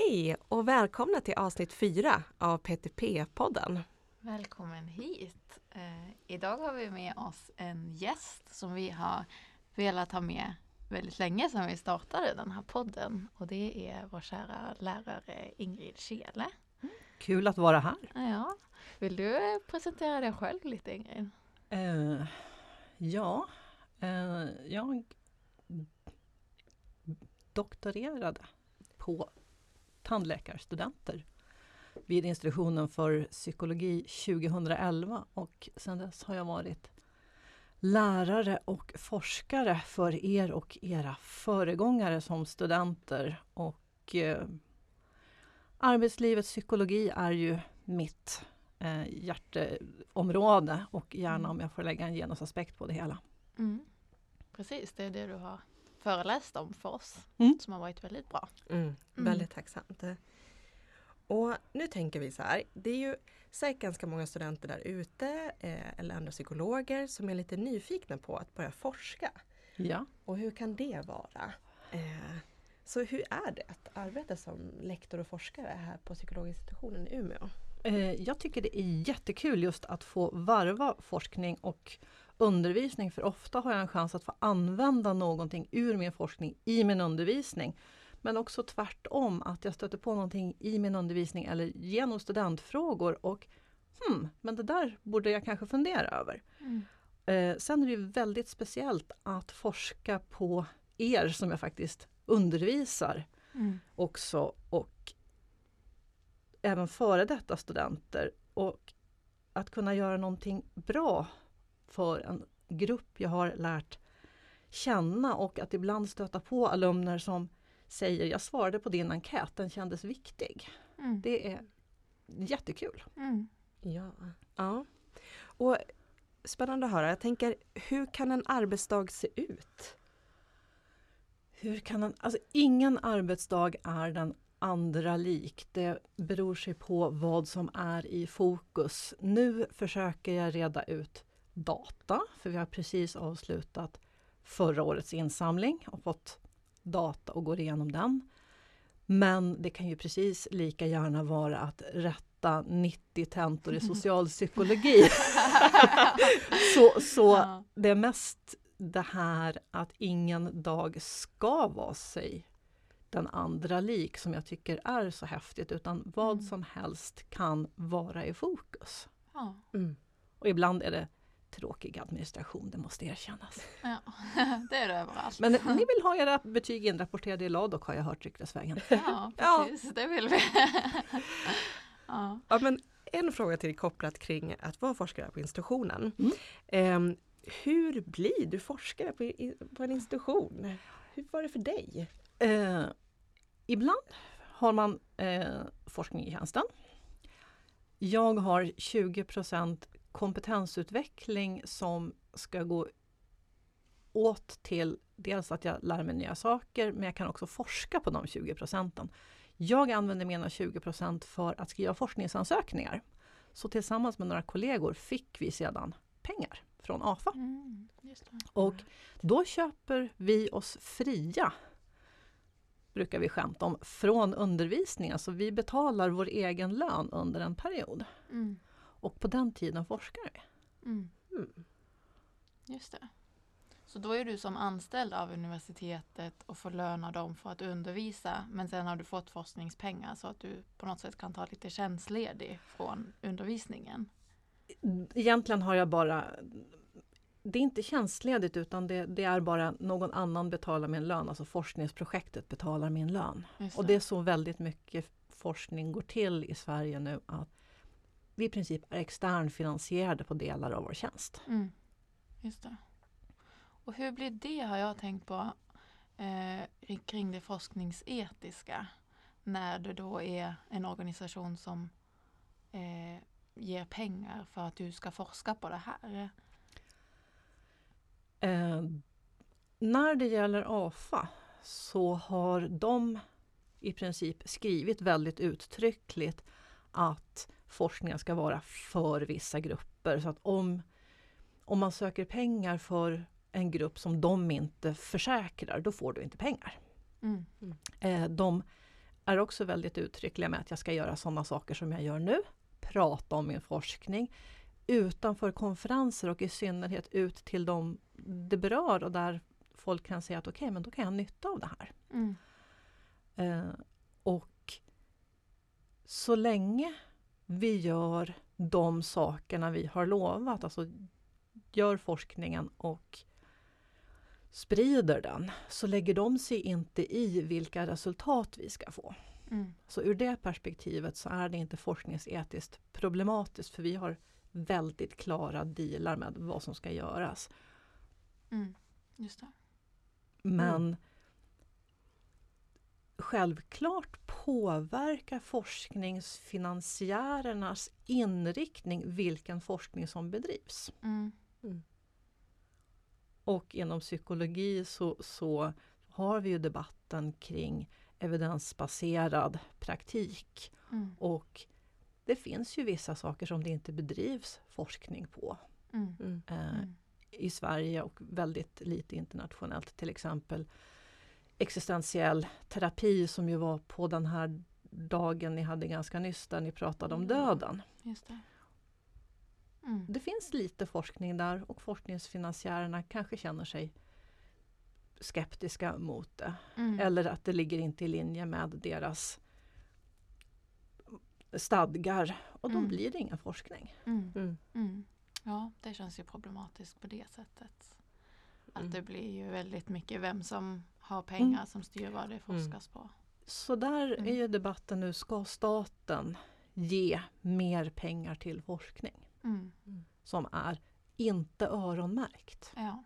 Hej och välkomna till avsnitt 4 av PTP-podden. Välkommen hit. Idag har vi med oss en gäst som vi har velat ha med väldigt länge sedan vi startade den här podden. Och det är vår kära lärare Ingrid Kjelle. Kul att vara här. Ja. Vill du presentera dig själv lite, Ingrid? Jag doktorerade på tandläkarstudenter vid institutionen för psykologi 2011 och sedan dess har jag varit lärare och forskare för er och era föregångare som studenter och arbetslivets psykologi är ju mitt hjärteområde och gärna om jag får lägga en genusaspekt på det hela. Mm. Precis, det är det du har föreläst om för oss som har varit väldigt bra. Väldigt tacksamt. Och nu tänker vi så här, det är ju säkert ganska många studenter där ute eller andra psykologer som är lite nyfikna på att börja forska. Ja. Och hur kan det vara? Så hur är det att arbeta som lektor och forskare här på psykologinstitutionen i Umeå? Jag tycker det är jättekul just att få varva forskning och undervisning, för ofta har jag en chans att få använda någonting ur min forskning i min undervisning. Men också tvärtom, att jag stöter på någonting i min undervisning eller genom studentfrågor och men det där borde jag kanske fundera över. Sen är det ju väldigt speciellt att forska på er som jag faktiskt undervisar också och även före detta studenter, och att kunna göra någonting bra för en grupp jag har lärt känna och att ibland stöta på alumner som säger jag svarade på din enkät, den kändes viktig. Det är jättekul. Ja. Och spännande att höra. Jag tänker, hur kan en arbetsdag se ut? Ingen arbetsdag är den andra lik. Det beror sig på vad som är i fokus. Nu försöker jag reda ut data, för vi har precis avslutat förra årets insamling och fått data och går igenom den. Men det kan ju precis lika gärna vara att rätta 90 tentor i socialpsykologi. så det är mest det här att ingen dag ska vara sig den andra lik som jag tycker är så häftigt, utan vad som helst kan vara i fokus. Och ibland är det tråkig administration, det måste erkännas. Ja, det är det överallt. Men ni vill ha era betyg inrapporterade i lag, har jag hört ryktesvägen. Ja, precis. Det vill vi. Ja, men en fråga till kopplat kring att vara forskare på institutionen. Hur blir du forskare på en institution? Hur var det för dig? Ibland har man forskning i tjänsten. Jag har 20% kompetensutveckling som ska gå åt till dels att jag lär mig nya saker, men jag kan också forska på de 20%. Jag använder mina 20% för att skriva forskningsansökningar. Så tillsammans med några kollegor fick vi sedan pengar från AFA. Just det. Och då köper vi oss fria, brukar vi skämta om, från undervisningen. Så vi betalar vår egen lön under en period. Och på den tiden forskar vi. Just det. Så då är du som anställd av universitetet och får lön av dem för att undervisa. Men sen har du fått forskningspengar så att du på något sätt kan ta lite tjänstledig från undervisningen. Egentligen har jag bara... Det är inte tjänstledigt, utan det är bara någon annan betalar min lön. Alltså forskningsprojektet betalar min lön. Och det är så väldigt mycket forskning går till i Sverige nu, att vi i princip är externfinansierade på delar av vår tjänst. Just det. Och hur blir det, har jag tänkt på, kring det forskningsetiska, när det då är en organisation som ger pengar för att du ska forska på det här? När det gäller AFA så har de i princip skrivit väldigt uttryckligt att forskningen ska vara för vissa grupper. Så att om man söker pengar för en grupp som de inte försäkrar, då får du inte pengar. De är också väldigt uttryckliga med att jag ska göra sådana saker som jag gör nu. Prata om min forskning utanför konferenser och i synnerhet ut till dem det berör och där folk kan säga att okej, men då kan jag ha nytta av det här. Och så länge vi gör de sakerna vi har lovat, alltså gör forskningen och sprider den, så lägger de sig inte i vilka resultat vi ska få. Så ur det perspektivet så är det inte forskningsetiskt problematiskt, för vi har väldigt klara dealar med vad som ska göras. Just det. Men självklart påverkar forskningsfinansiärernas inriktning vilken forskning som bedrivs. Och inom psykologi så har vi ju debatten kring evidensbaserad praktik. Och det finns ju vissa saker som det inte bedrivs forskning på i Sverige och väldigt lite internationellt. Till exempel existentiell terapi som ju var på den här dagen ni hade ganska nyss där ni pratade om döden. Just det. Det finns lite forskning där och forskningsfinansiärerna kanske känner sig skeptiska mot det. Eller att det ligger inte i linje med deras stadgar och då blir det ingen forskning. Ja, det känns ju problematiskt på det sättet. Att det blir ju väldigt mycket vem som har pengar som styr vad det forskas på. Så där är ju debatten nu, ska staten ge mer pengar till forskning som är inte öronmärkt? Ja.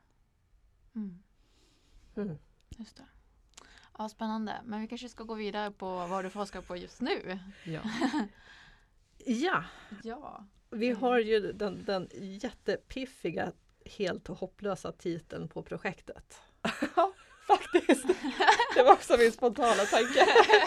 Just det. Ja, spännande. Men vi kanske ska gå vidare på vad du forskar på just nu. Ja. Ja. Vi har ju den jättepiffiga, helt hopplösa titeln på projektet. Ja, faktiskt. Det var också min spontana tanke.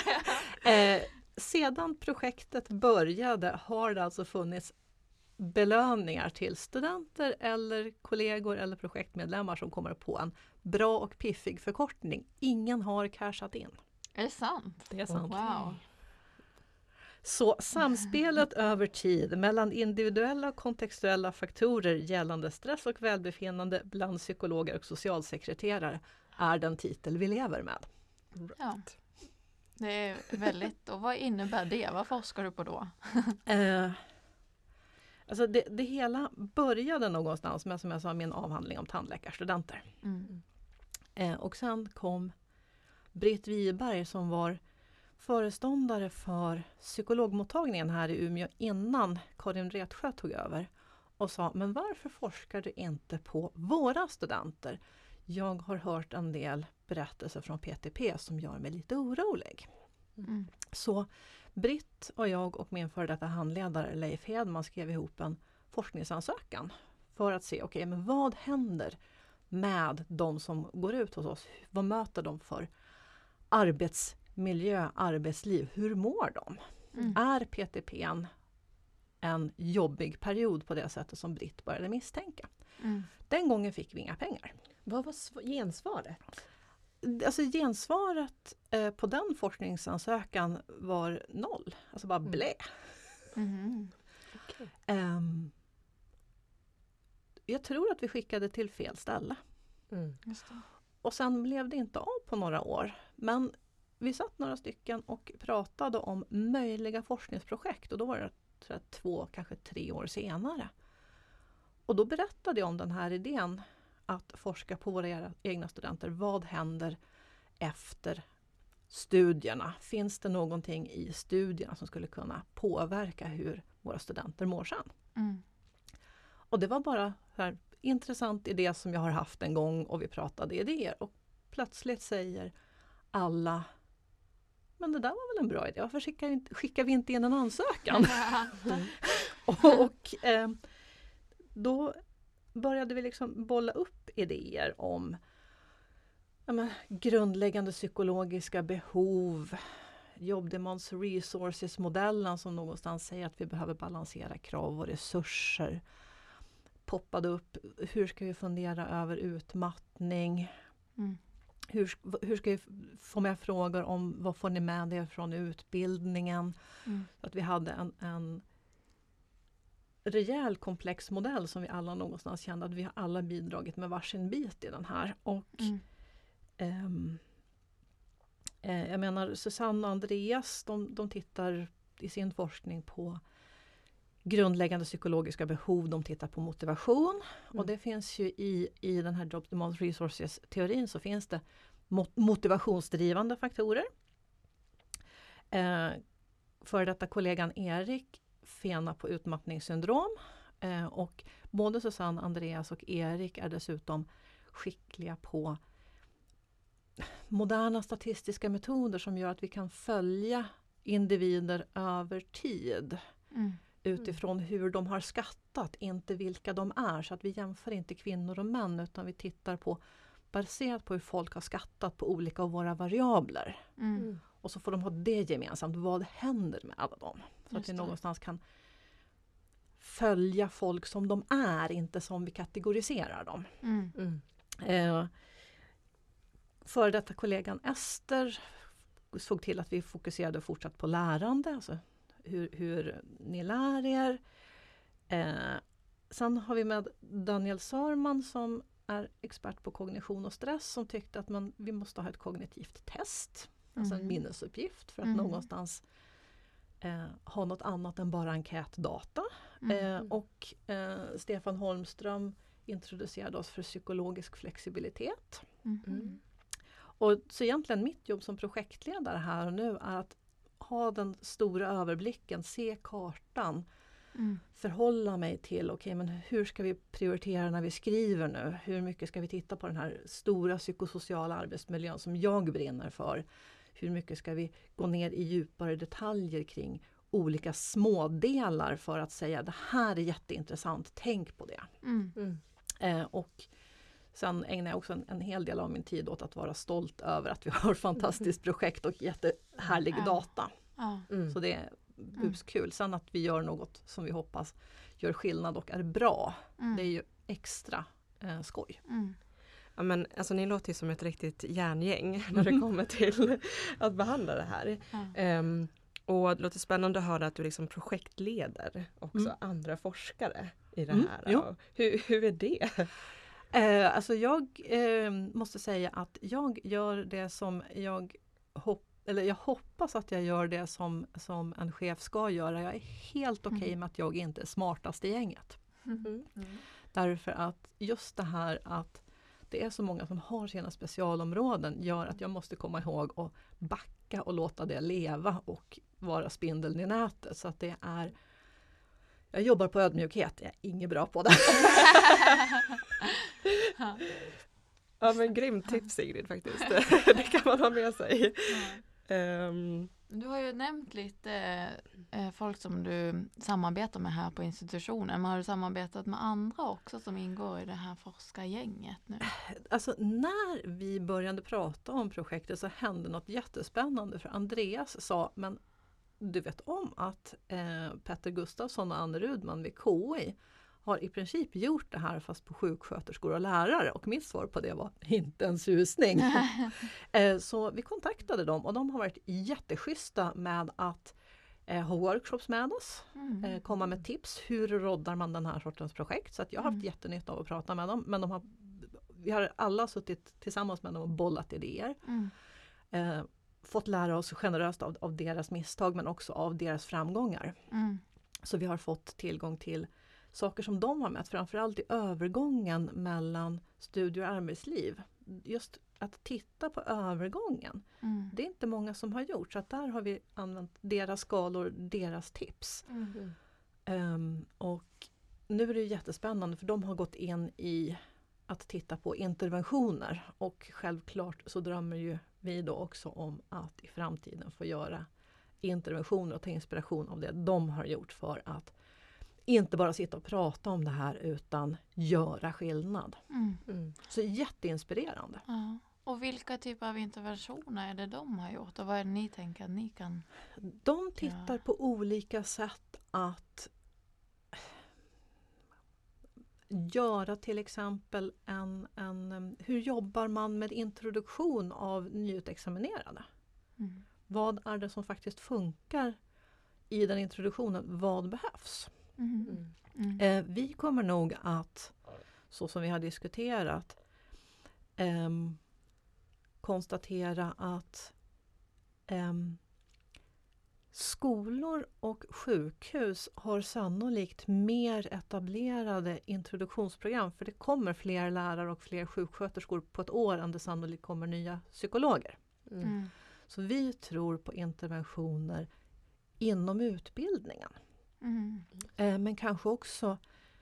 Sedan projektet började har det alltså funnits belöningar till studenter eller kollegor eller projektmedlemmar som kommer på en bra och piffig förkortning. Ingen har cashat in. Är det sant? Det är sant. Wow. Så samspelet över tid mellan individuella och kontextuella faktorer gällande stress och välbefinnande bland psykologer och socialsekreterare är den titel vi lever med. Ja. Det är väldigt, och vad innebär det? Vad forskar du på då? Alltså det hela började någonstans med, som jag sa, min avhandling om tandläkarstudenter. Och sen kom Britt Wiberg som var föreståndare för psykologmottagningen här i Umeå innan Karin Retsjö tog över och sa, men varför forskar du inte på våra studenter? Jag har hört en del berättelser från PTP som gör mig lite orolig. Så Britt och jag och min före detta handledare Leif Hedman skrev ihop en forskningsansökan för att se, okej, men vad händer med de som går ut hos oss? Vad möter de för arbetsmiljö, arbetsliv? Hur mår de? Är PTP en jobbig period på det sättet som Britt började misstänka? Den gången fick vi inga pengar. Vad var gensvaret? Alltså gensvaret på den forskningsansökan var 0. Alltså bara blä. Okay. Jag tror att vi skickade till fel ställe. Just det. Och sen blev det inte av på några år. Men vi satt några stycken och pratade om möjliga forskningsprojekt. Och då var det 2, kanske 3 år senare. Och då berättade jag om den här idén att forska på våra egna studenter. Vad händer efter studierna? Finns det någonting i studierna som skulle kunna påverka hur våra studenter mår sen? Och det var bara en intressant idé som jag har haft en gång och vi pratade idéer. Och plötsligt säger alla, men det där var väl en bra idé. Varför skickar vi inte in en ansökan? och då började vi liksom bolla upp idéer om grundläggande psykologiska behov, Job Demands Resources-modellen som någonstans säger att vi behöver balansera krav och resurser. Poppade upp, hur ska vi fundera över utmattning? hur ska vi få med frågor om vad får ni med er från utbildningen? Så att vi hade en rejäl komplex modell som vi alla någonstans kände att vi har alla bidragit med varsin bit i den här. Och jag menar Susanne och Andreas, de tittar i sin forskning på grundläggande psykologiska behov, de tittar på motivation. Och det finns ju i den här Job Demand Resources-teorin så finns det motivationsdrivande faktorer. För detta kollegan Erik fenar på utmattningssyndrom. Och både Susanne, Andreas och Erik är dessutom skickliga på moderna statistiska metoder som gör att vi kan följa individer över tid. Utifrån hur de har skattat, inte vilka de är. Så att vi jämför inte kvinnor och män utan vi tittar på baserat på hur folk har skattat på olika av våra variabler. Och så får de ha det gemensamt. Vad händer med alla dem? Så att vi någonstans kan följa folk som de är, inte som vi kategoriserar dem. För detta kollegan Ester såg till att vi fokuserade fortsatt på lärande. Alltså hur ni lär er. Sen har vi med Daniel Sarman som är expert på kognition och stress som tyckte att vi måste ha ett kognitivt test. Alltså en minnesuppgift för att någonstans ha något annat än bara enkätdata. Och Stefan Holmström introducerade oss för psykologisk flexibilitet. Och så egentligen mitt jobb som projektledare här och nu är att ha den stora överblicken, se kartan, förhålla mig till men hur ska vi prioritera när vi skriver nu? Hur mycket ska vi titta på den här stora psykosociala arbetsmiljön som jag brinner för? Hur mycket ska vi gå ner i djupare detaljer kring olika smådelar för att säga det här är jätteintressant, tänk på det. Och sen ägnar jag också en hel del av min tid åt att vara stolt över att vi har ett fantastiskt projekt och jättehärlig data. Så det är buskul. Sen att vi gör något som vi hoppas gör skillnad och är bra. Det är ju extra skoj. Ja, men alltså ni låter ju som ett riktigt järngäng när det kommer till att behandla det här. Och det låter spännande att höra att du liksom projektleder också andra forskare i det här. Hur är det? Alltså jag måste säga att jag gör det som jag hoppas att jag gör det som en chef ska göra. Jag är helt okej med att jag inte är smartast i gänget. Därför att just det här att det är så många som har sina specialområden gör att jag måste komma ihåg att backa och låta det leva och vara spindeln i nätet. Så att det är... Jag jobbar på ödmjukhet, jag är inget bra på det. Ja men grymt tips Sigrid faktiskt. Det kan man ha med sig. Du har ju nämnt lite folk som du samarbetar med här på institutionen. Men har du samarbetat med andra också som ingår i det här forskargänget nu? Alltså när vi började prata om projektet så hände något jättespännande. För Andreas sa, men du vet om att Petter Gustafsson och Anne Rudman vid KI har i princip gjort det här fast på sjuksköterskor och lärare. Och mitt svar på det var inte en susning. Så vi kontaktade dem och de har varit jätteschyssta med att ha workshops med oss. Komma med tips. Hur roddar man den här sortens projekt? Så att jag har haft jättenytta av att prata med dem. Men vi har alla suttit tillsammans med dem och bollat idéer. Fått lära oss generöst av deras misstag men också av deras framgångar. Så vi har fått tillgång till saker som de har mätt, framförallt i övergången mellan studier och arbetsliv. Just att titta på övergången. Det är inte många som har gjort, så att där har vi använt deras skalor, deras tips. Och nu är det jättespännande för de har gått in i att titta på interventioner och självklart så drömmer ju vi då också om att i framtiden få göra interventioner och ta inspiration av det de har gjort för att inte bara sitta och prata om det här utan göra skillnad. Så jätteinspirerande. Ja. Och vilka typer av interventioner är det de har gjort? Och vad är det ni tänker att ni kan De tittar på olika sätt att göra till exempel hur jobbar man med introduktion av nyutexaminerade? Vad är det som faktiskt funkar i den introduktionen? Vad behövs? Vi kommer nog att, så som vi har diskuterat, konstatera att skolor och sjukhus har sannolikt mer etablerade introduktionsprogram, för det kommer fler lärare och fler sjuksköterskor på ett år än det sannolikt kommer nya psykologer. Så vi tror på interventioner inom utbildningen. Men kanske också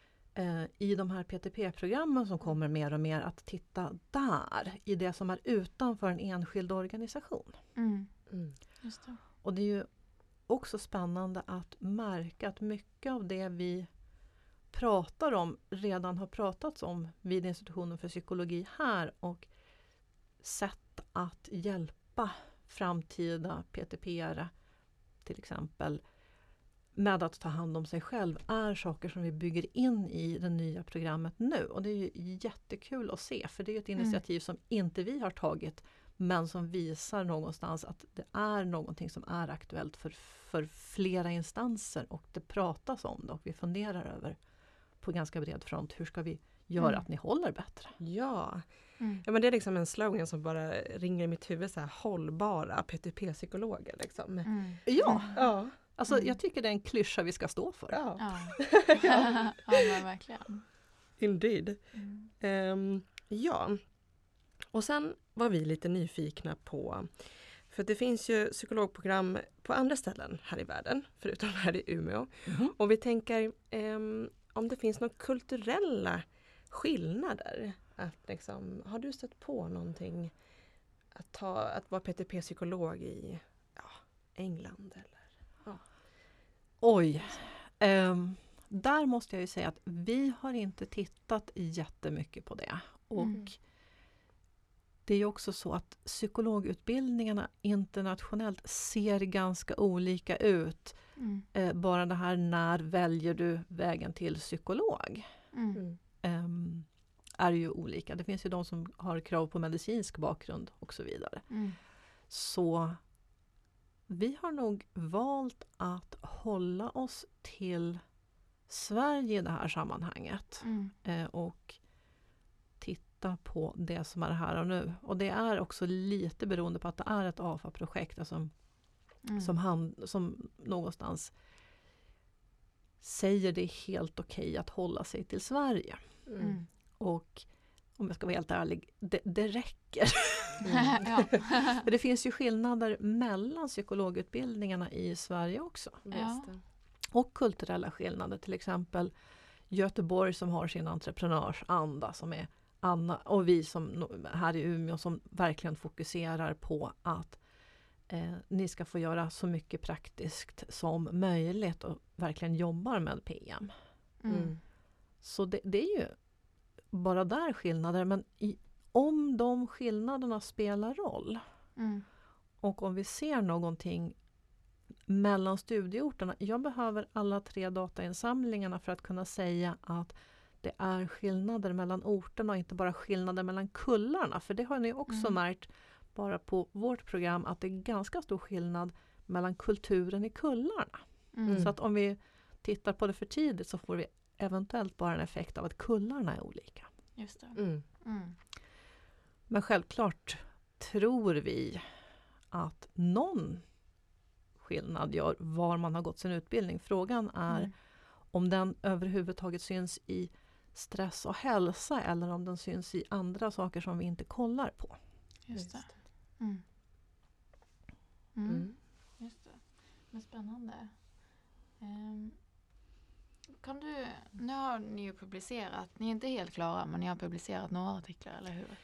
i de här PTP-programmen som kommer mer och mer, att titta där i det som är utanför en enskild organisation. Just det. Och det är ju också spännande att märka att mycket av det vi pratar om redan har pratats om vid institutionen för psykologi här, och sätt att hjälpa framtida PTP-are till exempel med att ta hand om sig själv är saker som vi bygger in i det nya programmet nu. Och det är ju jättekul att se, för det är ett initiativ som inte vi har tagit, men som visar någonstans att det är någonting som är aktuellt för flera instanser, och det pratas om det och vi funderar över på ganska bred front, hur ska vi göra att ni håller bättre? Ja, men det är liksom en slogan som bara ringer i mitt huvud, så här, hållbara PTP-psykologer liksom. Ja. Alltså jag tycker det är en klyscha vi ska stå för. Ja, ja men verkligen. Indeed. Ja, och sen var vi lite nyfikna på, för det finns ju psykologprogram på andra ställen här i världen, förutom här i Umeå. Och vi tänker om det finns några kulturella skillnader. Att liksom, har du stött på någonting att vara PTP-psykolog i England? Eller? Ja. Oj, där måste jag ju säga att vi har inte tittat jättemycket på det. Och det är ju också så att psykologutbildningarna internationellt ser ganska olika ut. Bara det här, när väljer du vägen till psykolog? Är ju olika. Det finns ju de som har krav på medicinsk bakgrund och så vidare. Så vi har nog valt att hålla oss till Sverige i det här sammanhanget. Och titta på det som är här och nu. Och det är också lite beroende på att det är ett AFA-projekt, alltså, som någonstans säger det är helt okej att hålla sig till Sverige. Och om jag ska vara helt ärlig, det räcker. För det finns ju skillnader mellan psykologutbildningarna i Sverige också. Och kulturella skillnader, till exempel Göteborg som har sin entreprenörsanda som är Anna, och vi som här i Umeå som verkligen fokuserar på att ni ska få göra så mycket praktiskt som möjligt och verkligen jobbar med PM. Så det är ju bara där skillnader, men om de skillnaderna spelar roll och om vi ser någonting mellan studieorterna, jag behöver alla 3 datainsamlingarna för att kunna säga att det är skillnader mellan orterna och inte bara skillnader mellan kullarna, för det har ni också märkt bara på vårt program, att det är ganska stor skillnad mellan kulturen i kullarna. Så att om vi tittar på det för tidigt så får vi eventuellt bara en effekt av att kullarna är olika. Just det. Men självklart tror vi att någon skillnad gör var man har gått sin utbildning. Frågan är om den överhuvudtaget syns i stress och hälsa eller om den syns i andra saker som vi inte kollar på. Just det. Just det. Men spännande. Nu har ni ju publicerat, ni är inte helt klara, men ni har publicerat några artiklar, eller hur?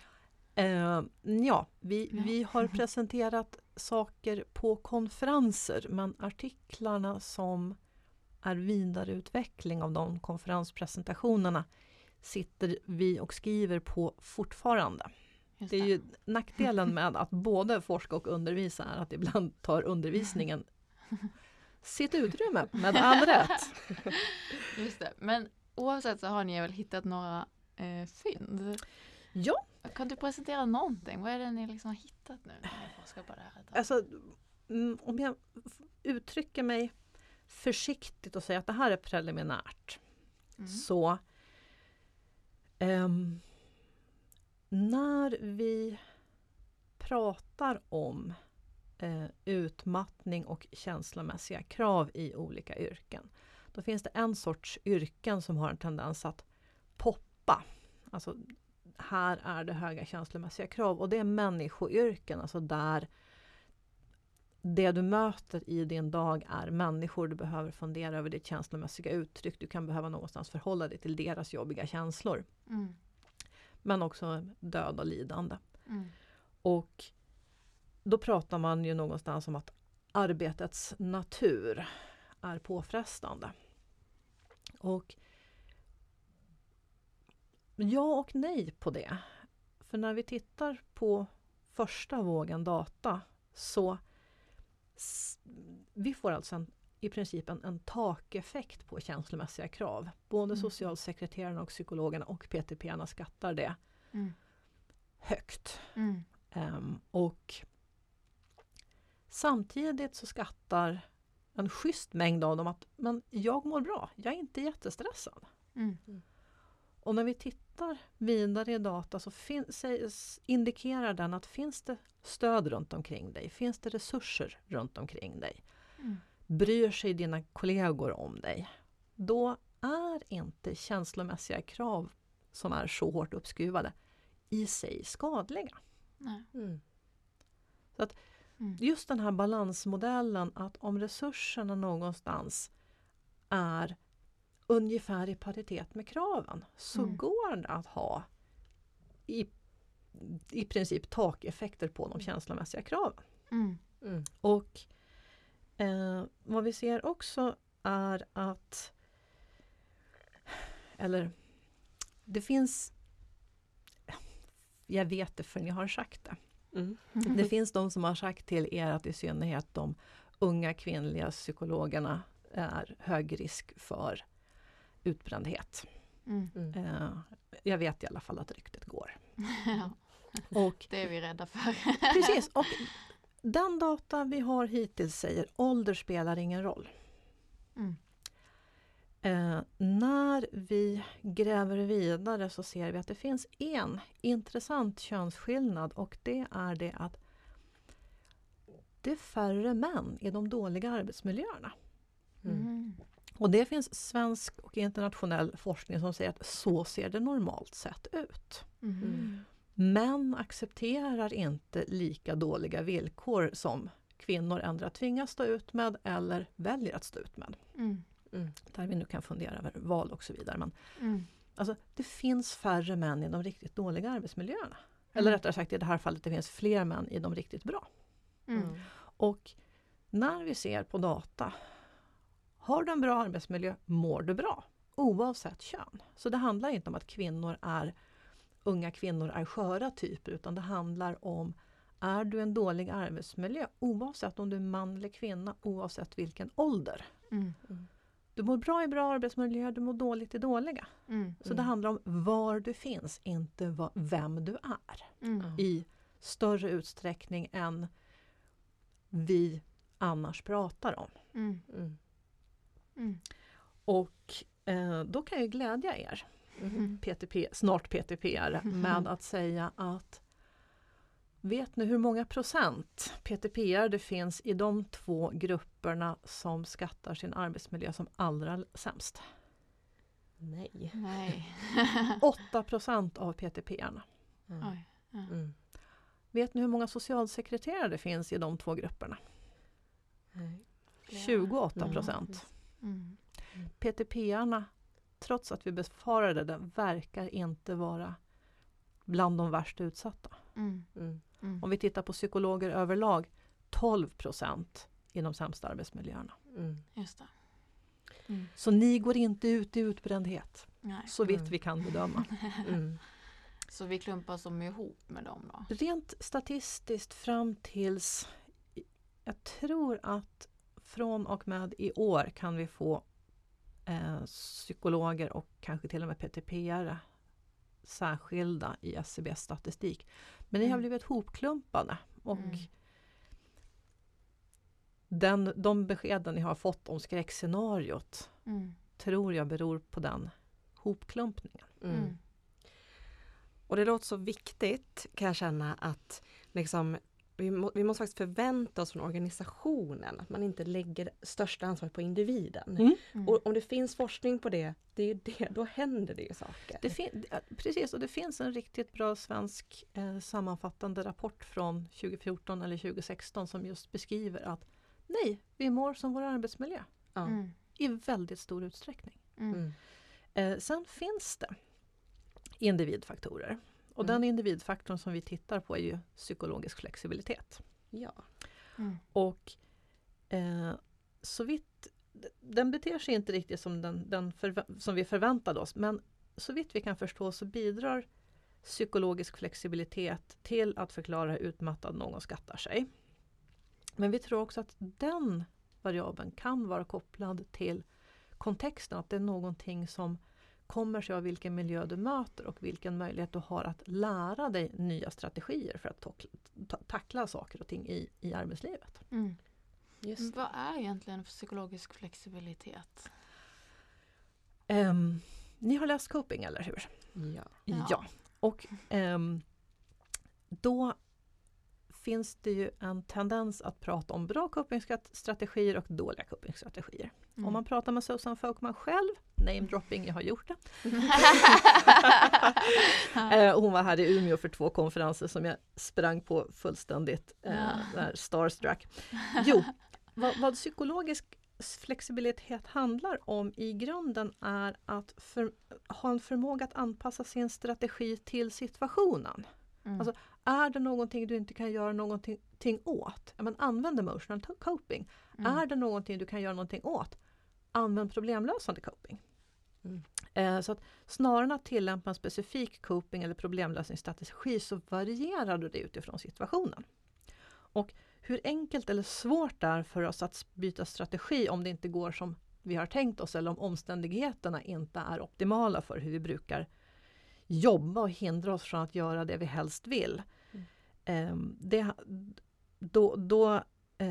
Vi har presenterat saker på konferenser, men artiklarna som är vidareutveckling av de konferenspresentationerna sitter vi och skriver på fortfarande. Det är ju nackdelen med att både forska och undervisa är att ibland tar undervisningen sitt utrymme med all rätt. Just det. Men oavsett så har ni väl hittat några fynd? Ja. Kan du presentera någonting? Vad är det ni liksom har hittat nu när ni forskar på det här? Alltså, om jag uttrycker mig försiktigt och säger att det här är preliminärt. Så när vi pratar om utmattning och känslomässiga krav i olika yrken, då finns det en sorts yrken som har en tendens att poppa. Alltså här är det höga känslomässiga krav, och det är människoyrken, alltså där det du möter i din dag är människor. Du behöver fundera över ditt känslomässiga uttryck. Du kan behöva någonstans förhålla dig till deras jobbiga känslor. Men också död och lidande. Och då pratar man ju någonstans om att arbetets natur är påfrestande. Och ja och nej på det. För när vi tittar på första vågen data, så vi får alltså i princip en takeffekt på känslomässiga krav. Både socialsekreterarna och psykologerna och PTP-arna skattar det högt. Och samtidigt så skattar en schysst mängd av dem att men jag mår bra, jag är inte jättestressad. Och när vi tittar vidare i data så indikerar den att finns det stöd runt omkring dig, finns det resurser runt omkring dig, bryr sig dina kollegor om dig, då är inte känslomässiga krav som är så hårt uppskruvade i sig skadliga. Så att just den här balansmodellen, att om resurserna någonstans är ungefär i paritet med kraven, så går det att ha i princip takeffekter på de känslomässiga kraven. Och vad vi ser också är att det finns, jag vet det för ni har sagt det. Det finns de som har sagt till er att i synnerhet de unga kvinnliga psykologerna är hög risk för utbrändhet. Jag vet i alla fall att ryktet går. Och det är vi rädda för. Precis, och den data vi har hittills säger ålder spelar ingen roll. När vi gräver vidare så ser vi att det finns en intressant könsskillnad, och det är det att det är färre män i de dåliga arbetsmiljöerna. Och det finns svensk och internationell forskning som säger att så ser det normalt sett ut. Män accepterar inte lika dåliga villkor som kvinnor ändå tvingas stå ut med eller väljer att stå ut med. Där vi nu kan fundera över val och så vidare. Men alltså, det finns färre män i de riktigt dåliga arbetsmiljöerna. Eller rättare sagt, i det här fallet det finns fler män i de riktigt bra. Och när vi ser på data, har du en bra arbetsmiljö, mår du bra. Oavsett kön. Så det handlar inte om att unga kvinnor är sköra typer, utan det handlar om, är du en dålig arbetsmiljö, oavsett om du är man eller kvinna, oavsett vilken ålder. Du mår bra i bra arbetsmiljö, du mår dåligt i dåliga. Så det handlar om var du finns, inte vem du är. I större utsträckning än vi annars pratar om. Och då kan jag glädja er, snart PTP-are, med att säga att vet ni hur många procent PTP-are det finns i de två grupperna som skattar sin arbetsmiljö som allra sämst? Nej. 8% av PTP-arna. Vet ni hur många socialsekreterare det finns i de två grupperna? 28%. PTP-arna, trots att vi befarade det, verkar inte vara bland de värst utsatta. Om vi tittar på psykologer överlag, 12% i de sämsta arbetsmiljöerna. Just det. Så ni går inte ut i utbrändhet. Nej. Så vitt vi kan bedöma. Så vi klumpar som ihop med dem då? Rent statistiskt fram tills, jag tror att från och med i år kan vi få psykologer och kanske till och med PTP:are särskilda i SCBs statistik. Men ni har blivit hopklumpade och de beskeden ni har fått om skräckscenariot tror jag beror på den hopklumpningen. Och det låter så viktigt, kan jag känna, att liksom, vi måste faktiskt förvänta oss från organisationen att man inte lägger största ansvaret på individen. Och om det finns forskning på det, då händer det ju saker. Precis, och det finns en riktigt bra svensk sammanfattande rapport från 2014 eller 2016 som just beskriver att nej, vi mår som vår arbetsmiljö. I väldigt stor utsträckning. Sen finns det individfaktorer. Och den individfaktorn som vi tittar på är ju psykologisk flexibilitet. Ja. Och den beter sig inte riktigt som som vi förväntade oss. Men så vitt vi kan förstå så bidrar psykologisk flexibilitet till att förklara hur utmattad någon skattar sig. Men vi tror också att den variabeln kan vara kopplad till kontexten. Att det är någonting som kommer sig av vilken miljö du möter och vilken möjlighet du har att lära dig nya strategier för att tackla saker och ting i arbetslivet. Just. Vad är egentligen psykologisk flexibilitet? Ni har läst coping, eller hur? Ja. Och då finns det ju en tendens att prata om bra copingstrategier och dåliga copingstrategier. Om man pratar med Susan Folkman själv, name dropping, jag har gjort det. Hon var här i Umeå för 2 konferenser som jag sprang på fullständigt starstruck. Jo, vad psykologisk flexibilitet handlar om i grunden är att ha en förmåga att anpassa sin strategi till situationen. Alltså, är det någonting du inte kan göra någonting åt? Använd emotional coping. Är det någonting du kan göra någonting åt? Använd problemlösande coping. Så att snarare än att tillämpa en specifik coping eller problemlösningsstrategi så varierar du det utifrån situationen. Och hur enkelt eller svårt det är för oss att byta strategi om det inte går som vi har tänkt oss eller om omständigheterna inte är optimala för hur vi brukar jobba och hindra oss från att göra det vi helst vill. Då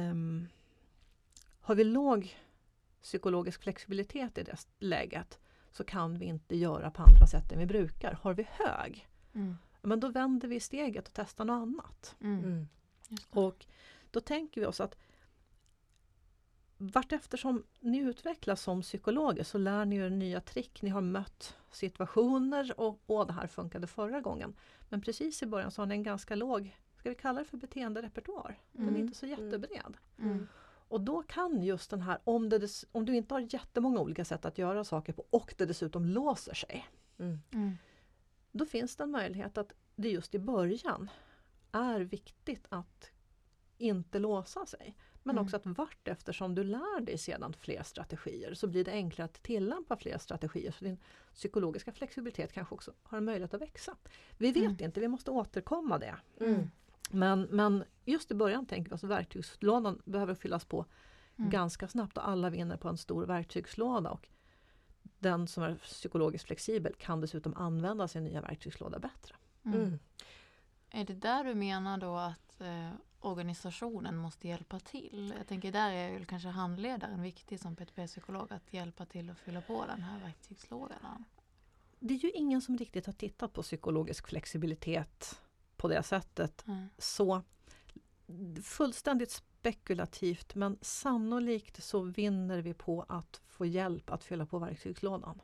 har vi låg psykologisk flexibilitet i det läget så kan vi inte göra på andra sätt än vi brukar. Har vi hög, men då vänder vi steget och testar något annat. Och då tänker vi oss att vartefter som ni utvecklas som psykologer så lär ni er nya trick. Ni har mött situationer och det här funkade förra gången. Men precis i början så har ni en ganska låg, ska vi kalla det för beteenderepertoar. Den är inte så jättebred. Och då kan just den här, om du inte har jättemånga olika sätt att göra saker på och det dessutom låser sig. Då finns det en möjlighet att det just i början är viktigt att inte låsa sig. Men också att vart eftersom du lär dig sedan fler strategier så blir det enklare att tillämpa fler strategier. Så din psykologiska flexibilitet kanske också har en möjlighet att växa. Vi vet inte, vi måste återkomma det. Men just i början tänker vi att verktygslådan behöver fyllas på ganska snabbt och alla vinner på en stor verktygslåda. Och den som är psykologiskt flexibel kan dessutom använda sin nya verktygslåda bättre. Är det där du menar då att organisationen måste hjälpa till? Jag tänker där är väl kanske handledaren viktig som PTP-psykolog att hjälpa till att fylla på den här verktygslådan. Det är ju ingen som riktigt har tittat på psykologisk flexibilitet på det sättet. Så fullständigt spekulativt men sannolikt så vinner vi på att få hjälp att fylla på verktygslådan.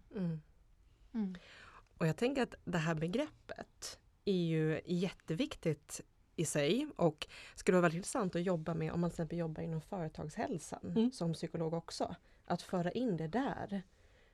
Och jag tänker att det här begreppet är ju jätteviktigt i sig och skulle vara väldigt intressant att jobba med om man till exempel jobbar inom företagshälsan som psykolog också. Att föra in det där.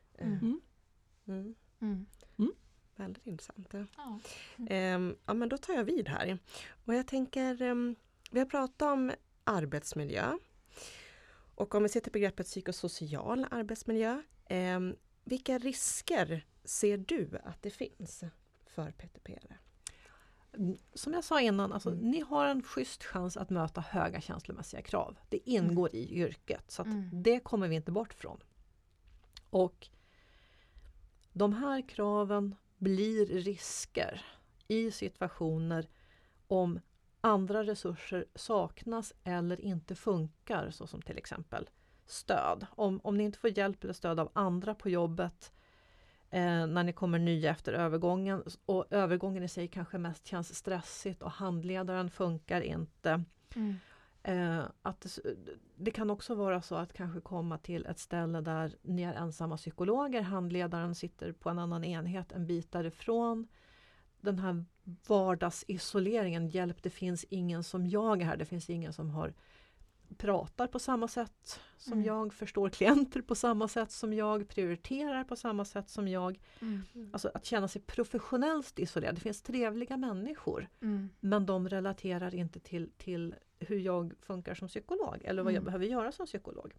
Väldigt intressant. Ja, men då tar jag vid här. Och jag tänker, vi har pratat om arbetsmiljö. Och om vi ser till begreppet psykosocial arbetsmiljö. Vilka risker ser du att det finns för PTP-are? Som jag sa innan, alltså, ni har en schysst chans att möta höga känslomässiga krav. Det ingår i yrket så att det kommer vi inte bort från. Och de här kraven blir risker i situationer om andra resurser saknas eller inte funkar, så som till exempel stöd. Om ni inte får hjälp eller stöd av andra på jobbet när ni kommer nya efter övergången, och övergången i sig kanske mest känns stressigt och handledaren funkar inte. Att det kan också vara så att kanske komma till ett ställe där ni är ensamma psykologer, handledaren sitter på en annan enhet en bit därifrån. Den här vardagsisoleringen, hjälp, det finns ingen som jag är här, det finns ingen som pratar på samma sätt som jag, förstår klienter på samma sätt som jag, prioriterar på samma sätt som jag. Alltså att känna sig professionellt isolerad. Det finns trevliga människor, men de relaterar inte till hur jag funkar som psykolog eller vad jag behöver göra som psykolog.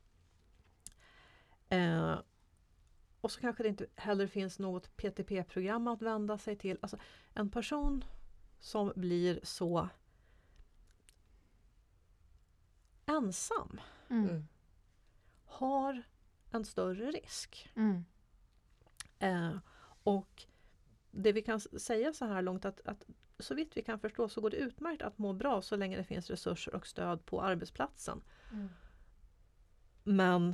Och så kanske det inte heller finns något PTP-program att vända sig till. Alltså en person som blir så ensam har en större risk. Och det vi kan säga så här långt att så vitt vi kan förstå så går det utmärkt att må bra så länge det finns resurser och stöd på arbetsplatsen. Men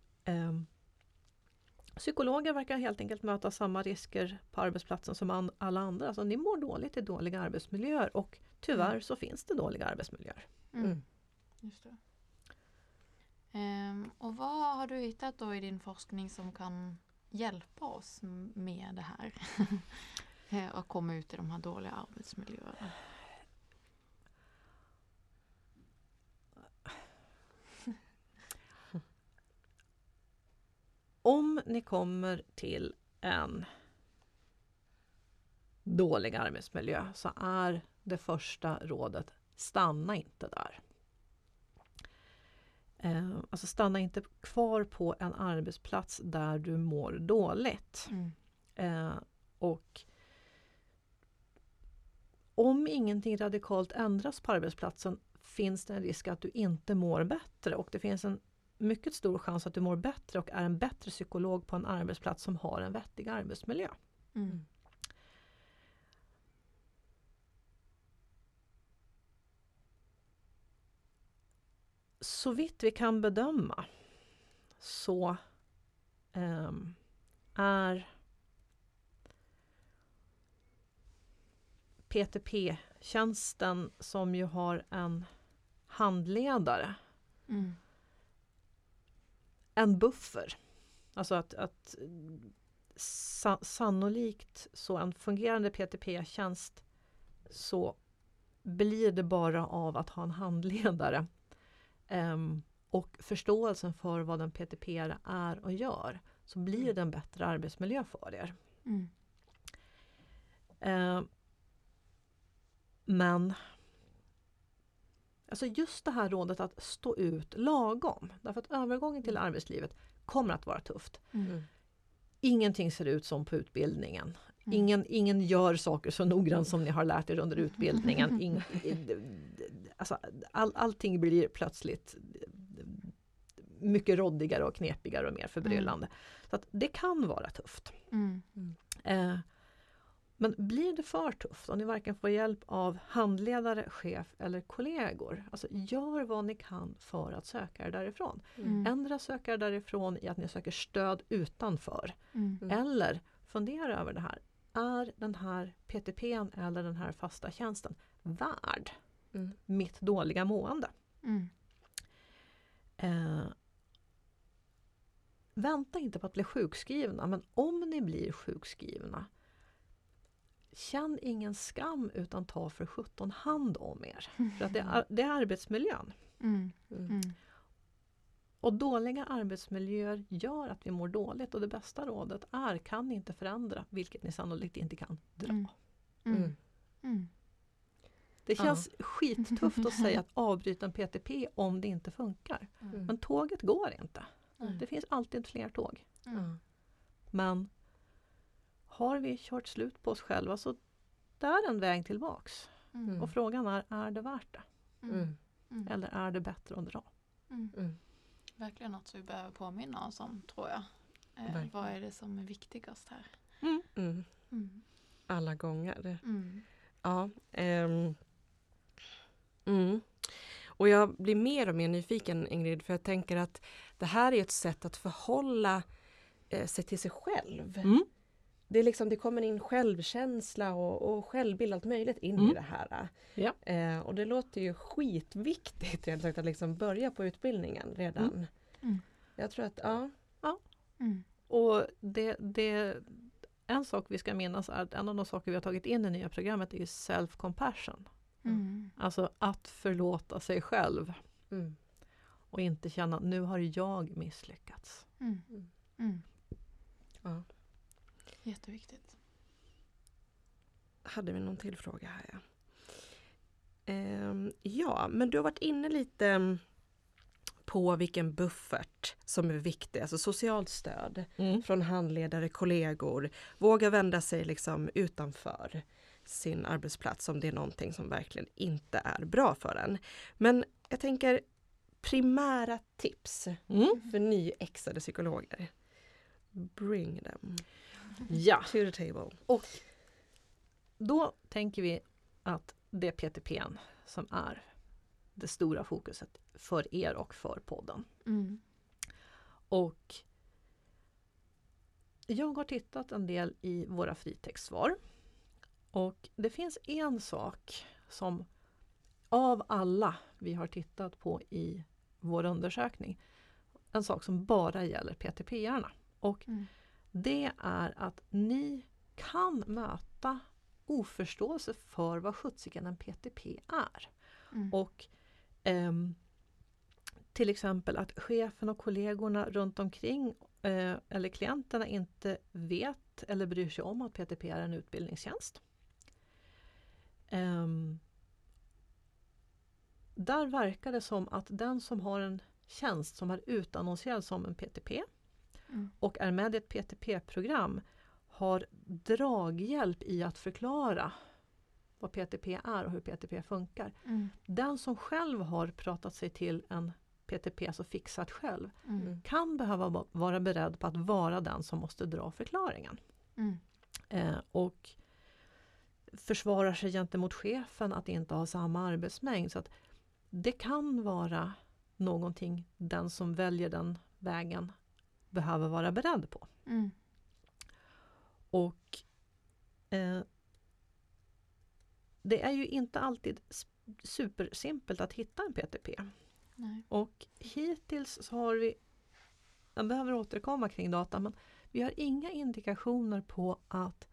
psykologer verkar helt enkelt möta samma risker på arbetsplatsen som alla andra. Alltså ni mår dåligt i dåliga arbetsmiljöer och tyvärr så finns det dåliga arbetsmiljöer. Just det. Och vad har du hittat då i din forskning som kan hjälpa oss med det här? Att komma ut i de här dåliga arbetsmiljöerna? Om ni kommer till en dålig arbetsmiljö så är det första rådet: stanna inte där. Alltså stanna inte kvar på en arbetsplats där du mår dåligt. Och om ingenting radikalt ändras på arbetsplatsen finns det en risk att du inte mår bättre, och det finns en mycket stor chans att du mår bättre och är en bättre psykolog på en arbetsplats som har en vettig arbetsmiljö. Så vitt vi kan bedöma så är PTP-tjänsten, som ju har en handledare, en buffer. Alltså att sannolikt så en fungerande PTP-tjänst så blir det bara av att ha en handledare. Och förståelsen för vad en PTP är och gör, så blir det en bättre arbetsmiljö för er. Men alltså just det här rådet att stå ut lagom, därför att övergången till arbetslivet kommer att vara tufft. Ingenting ser ut som på utbildningen. Ingen gör saker så noggrant som ni har lärt er under utbildningen. Alltså, allting blir plötsligt mycket råddigare och knepigare och mer förbryllande. Så att det kan vara tufft. Men blir det för tufft och ni varken får hjälp av handledare, chef eller kollegor, alltså gör vad ni kan för att söka er därifrån. Ändra söka er därifrån i att ni söker stöd utanför. Eller fundera över det här. Är den här PTP:n eller den här fasta tjänsten värd mitt dåliga mående? Vänta inte på att bli sjukskrivna, men om ni blir sjukskrivna, känn ingen skam utan ta för 17 hand om er. För att det är arbetsmiljön. Och dåliga arbetsmiljöer gör att vi mår dåligt, och det bästa rådet är: kan ni inte förändra, vilket ni sannolikt inte kan, dra. Det känns skittufft att säga att avbryta en PTP om det inte funkar. Men tåget går inte. Det finns alltid fler tåg. Men har vi kört slut på oss själva så det är en väg tillbaks. Och frågan är det värt det? Eller är det bättre att dra? Verkligen något som vi behöver påminna oss om, tror jag. Vad är det som är viktigast här? Alla gånger. Mm. Ja. Och jag blir mer och mer nyfiken, Ingrid, för jag tänker att det här är ett sätt att förhålla sig till sig själv. Det är liksom, det kommer in självkänsla och självbild, allt möjligt in i det här. Ja. Och det låter ju skitviktigt rent sagt, att liksom börja på utbildningen redan. Jag tror att, Och det en sak vi ska minnas är att en av de saker vi har tagit in i nya programmet är self-compassion. Alltså att förlåta sig själv. Och inte känna, nu har jag misslyckats. Ja. Jätteviktigt. Hade vi någon till fråga här? Ja. Ja, men du har varit inne lite på vilken buffert som är viktig. Alltså socialt stöd från handledare, kollegor. Våga vända sig liksom utanför sin arbetsplats om det är någonting som verkligen inte är bra för en. Men jag tänker primära tips för nyexade psykologer. Bring them to the table. Och då tänker vi att det är PTP:n som är det stora fokuset för er och för podden. Och jag har tittat en del i våra fritextsvar. Och det finns en sak som av alla vi har tittat på i vår undersökning, en sak som bara gäller PTP-arna. Och det är att ni kan möta oförståelse för vad sjuttsiken en PTP är. Och till exempel att chefen och kollegorna runt omkring eller klienterna inte vet eller bryr sig om att PTP är en utbildningstjänst. Där verkar det som att den som har en tjänst som är utannonserad som en PTP och är med i ett PTP-program har draghjälp i att förklara vad PTP är och hur PTP funkar. Den som själv har pratat sig till en PTP så fixat själv kan behöva vara beredd på att vara den som måste dra förklaringen. Och försvarar sig gentemot chefen att inte ha samma arbetsmängd. Så att det kan vara någonting den som väljer den vägen behöver vara beredd på. Och det är ju inte alltid supersimpelt att hitta en PTP. Nej. Och hittills så har vi, jag behöver återkomma kring data, men vi har inga indikationer på att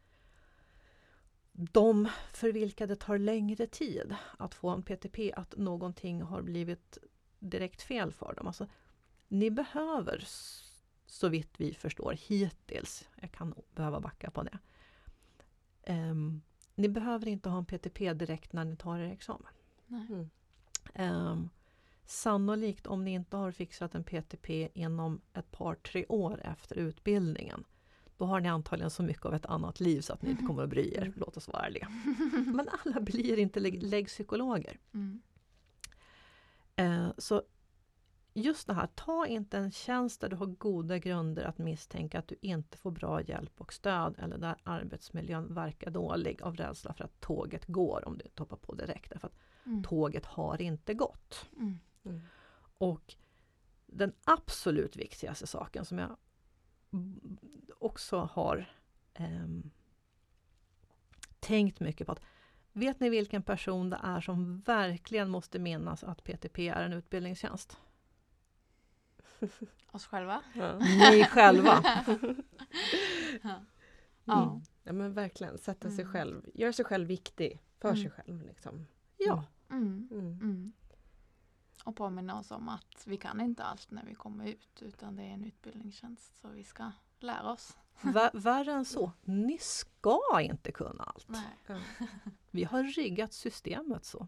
de för vilka det tar längre tid att få en PTP, att någonting har blivit direkt fel för dem. Alltså, ni behöver, så vitt vi förstår hittills, jag kan behöva backa på det, ni behöver inte ha en PTP direkt när ni tar er examen. Nej. Sannolikt om ni inte har fixat en PTP inom ett par 3 år efter utbildningen, då har ni antagligen så mycket av ett annat liv så att ni inte kommer att bry er. Låt oss vara ärliga. Men alla blir inte läggpsykologer. Så just det här, ta inte en tjänst där du har goda grunder att misstänka att du inte får bra hjälp och stöd eller där arbetsmiljön verkar dålig av rädsla för att tåget går om du inte hoppar på direkt. Därför att tåget har inte gått. Och den absolut viktigaste saken som jag också har tänkt mycket på, att vet ni vilken person det är som verkligen måste minnas att PTP är en utbildningstjänst? Oss själva? Ja. Ni själva. Ja. Ja, men verkligen sätta sig själv, gör sig själv viktig för sig själv liksom. Ja. Och påminna oss om att vi kan inte allt när vi kommer ut, utan det är en utbildningstjänst, så vi ska lära oss. Värre än så, ni ska inte kunna allt. Nej. Ja. Vi har riggat systemet så.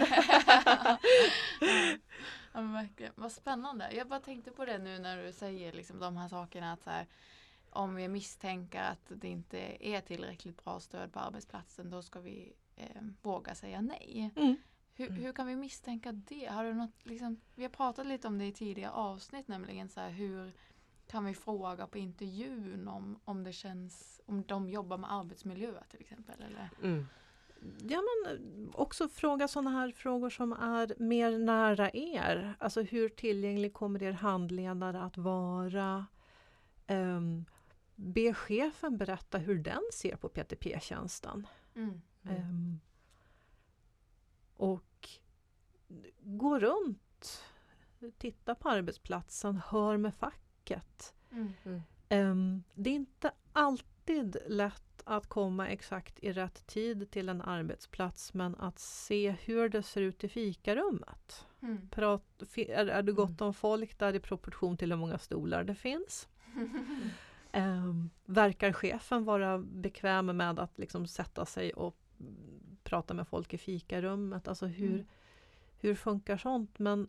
Ja, men verkligen. Vad spännande. Jag bara tänkte på det nu när du säger liksom de här sakerna, att så här, om vi misstänker att det inte är tillräckligt bra stöd på arbetsplatsen, då ska vi våga säga nej. Hur kan vi misstänka det? Har du något, liksom, vi har pratat lite om det i tidigare avsnitt, nämligen så här, kan vi fråga på intervjun om det känns, om de jobbar med arbetsmiljö till exempel? Eller? Ja, men också fråga sådana här frågor som är mer nära er. Alltså hur tillgänglig kommer er handledare att vara? Be chefen berätta hur den ser på PTP-tjänsten. Och gå runt, titta på arbetsplatsen, hör med facket. Det är inte alltid lätt att komma exakt i rätt tid till en arbetsplats, men att se hur det ser ut i fikarummet. Är det gott om folk där i proportion till hur många stolar det finns? Verkar chefen vara bekväm med att liksom sätta sig och prata med folk i fikarummet? Alltså hur funkar sånt? Men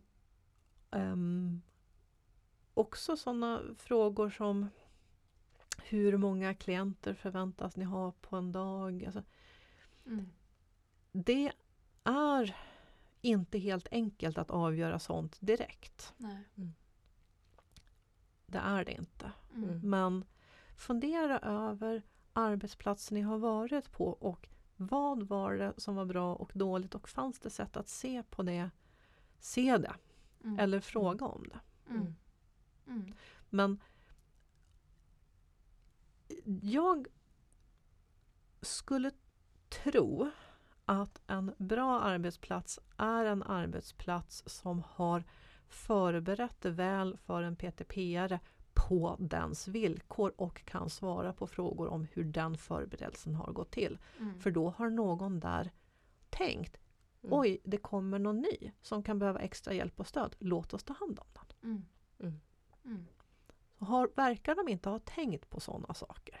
också sådana frågor som hur många klienter förväntas ni ha på en dag? Alltså, det är inte helt enkelt att avgöra sånt direkt. Nej. Det är det inte. Men fundera över arbetsplatsen ni har varit på och vad var det som var bra och dåligt, och fanns det sätt att se på det, eller fråga om det. Men jag skulle tro att en bra arbetsplats är en arbetsplats som har förberett väl för en PTP-are på dens villkor och kan svara på frågor om hur den förberedelsen har gått till. För då har någon där tänkt, oj, det kommer någon ny som kan behöva extra hjälp och stöd. Låt oss ta hand om den. Verkar de inte ha tänkt på sådana saker?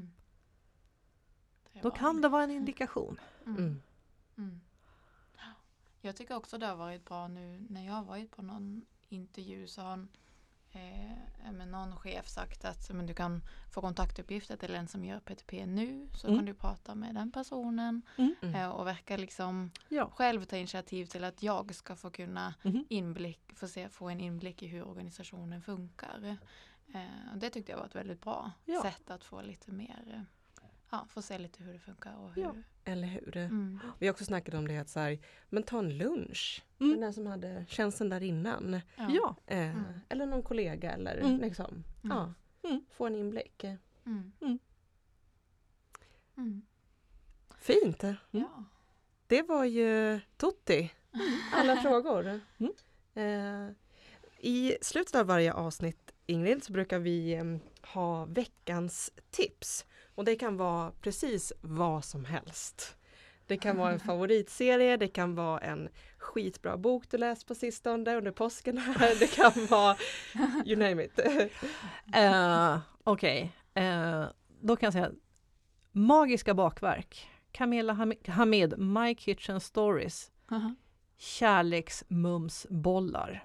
Då kan det vara en indikation. Jag tycker också det har varit bra nu när jag har varit på någon intervju, så har någon chef sagt att du kan få kontaktuppgifter till den som gör PTP nu, så kan du prata med den personen och verka liksom själv ta initiativ till att jag ska få kunna få en inblick i hur organisationen funkar. Det tyckte jag var ett väldigt bra sätt att få lite mer, få se lite hur det funkar. Och hur. Eller hur? Vi har också snackat om det, att så här, men ta en lunch med den som hade tjänsten där innan. Eller någon kollega, eller liksom, få en inblick. Fint! Ja. Det var ju tutti, alla frågor. I slutet av varje avsnitt, Ingrid, så brukar vi ha veckans tips. Och det kan vara precis vad som helst. Det kan vara en favoritserie, det kan vara en skitbra bok du läst på sistone under påsken här. Det kan vara, you name it. Okej. Då kan jag säga Magiska bakverk. Camilla Hamid, My Kitchen Stories. Kärleksmumsbollar.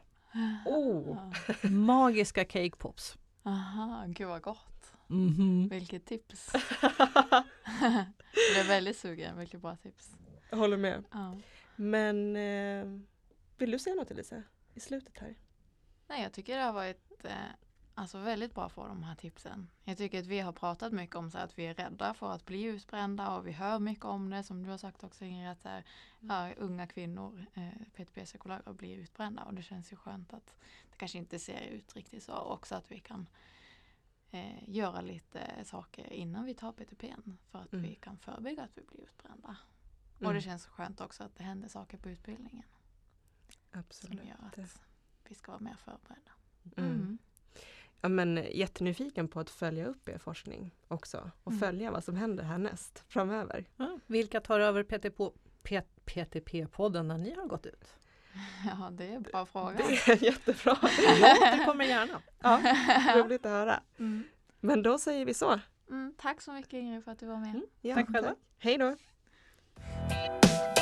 Magiska cake pops. Aha, gud vad gott. Vilket tips. Jag är väldigt sugen, vilket bra tips. Jag håller med. Men vill du säga något, Elisa, i slutet här? Nej, jag tycker det har varit väldigt bra för de här tipsen. Jag tycker att vi har pratat mycket om så att vi är rädda för att bli utbrända, och vi hör mycket om det, som du har sagt också, Ingrid, att unga kvinnor, PTP-psykologer, blir utbrända, och det känns ju skönt att det kanske inte ser ut riktigt så, också att vi kan göra lite saker innan vi tar PTP:n för att vi kan förebygga att vi blir utbrända. Och det känns skönt också att det händer saker på utbildningen. Absolut. Som gör att vi ska vara mer förberedda. Ja, men jättenyfiken på att följa upp er forskning också. Och följa vad som händer härnäst framöver. Vilka tar över PTP-podden när ni har gått ut? Ja, det är en bra fråga. Det är jättebra. Det kommer gärna. Roligt att höra. Men då säger vi så. Tack så mycket, Ingrid, för att du var med. Tack själva. Hej då.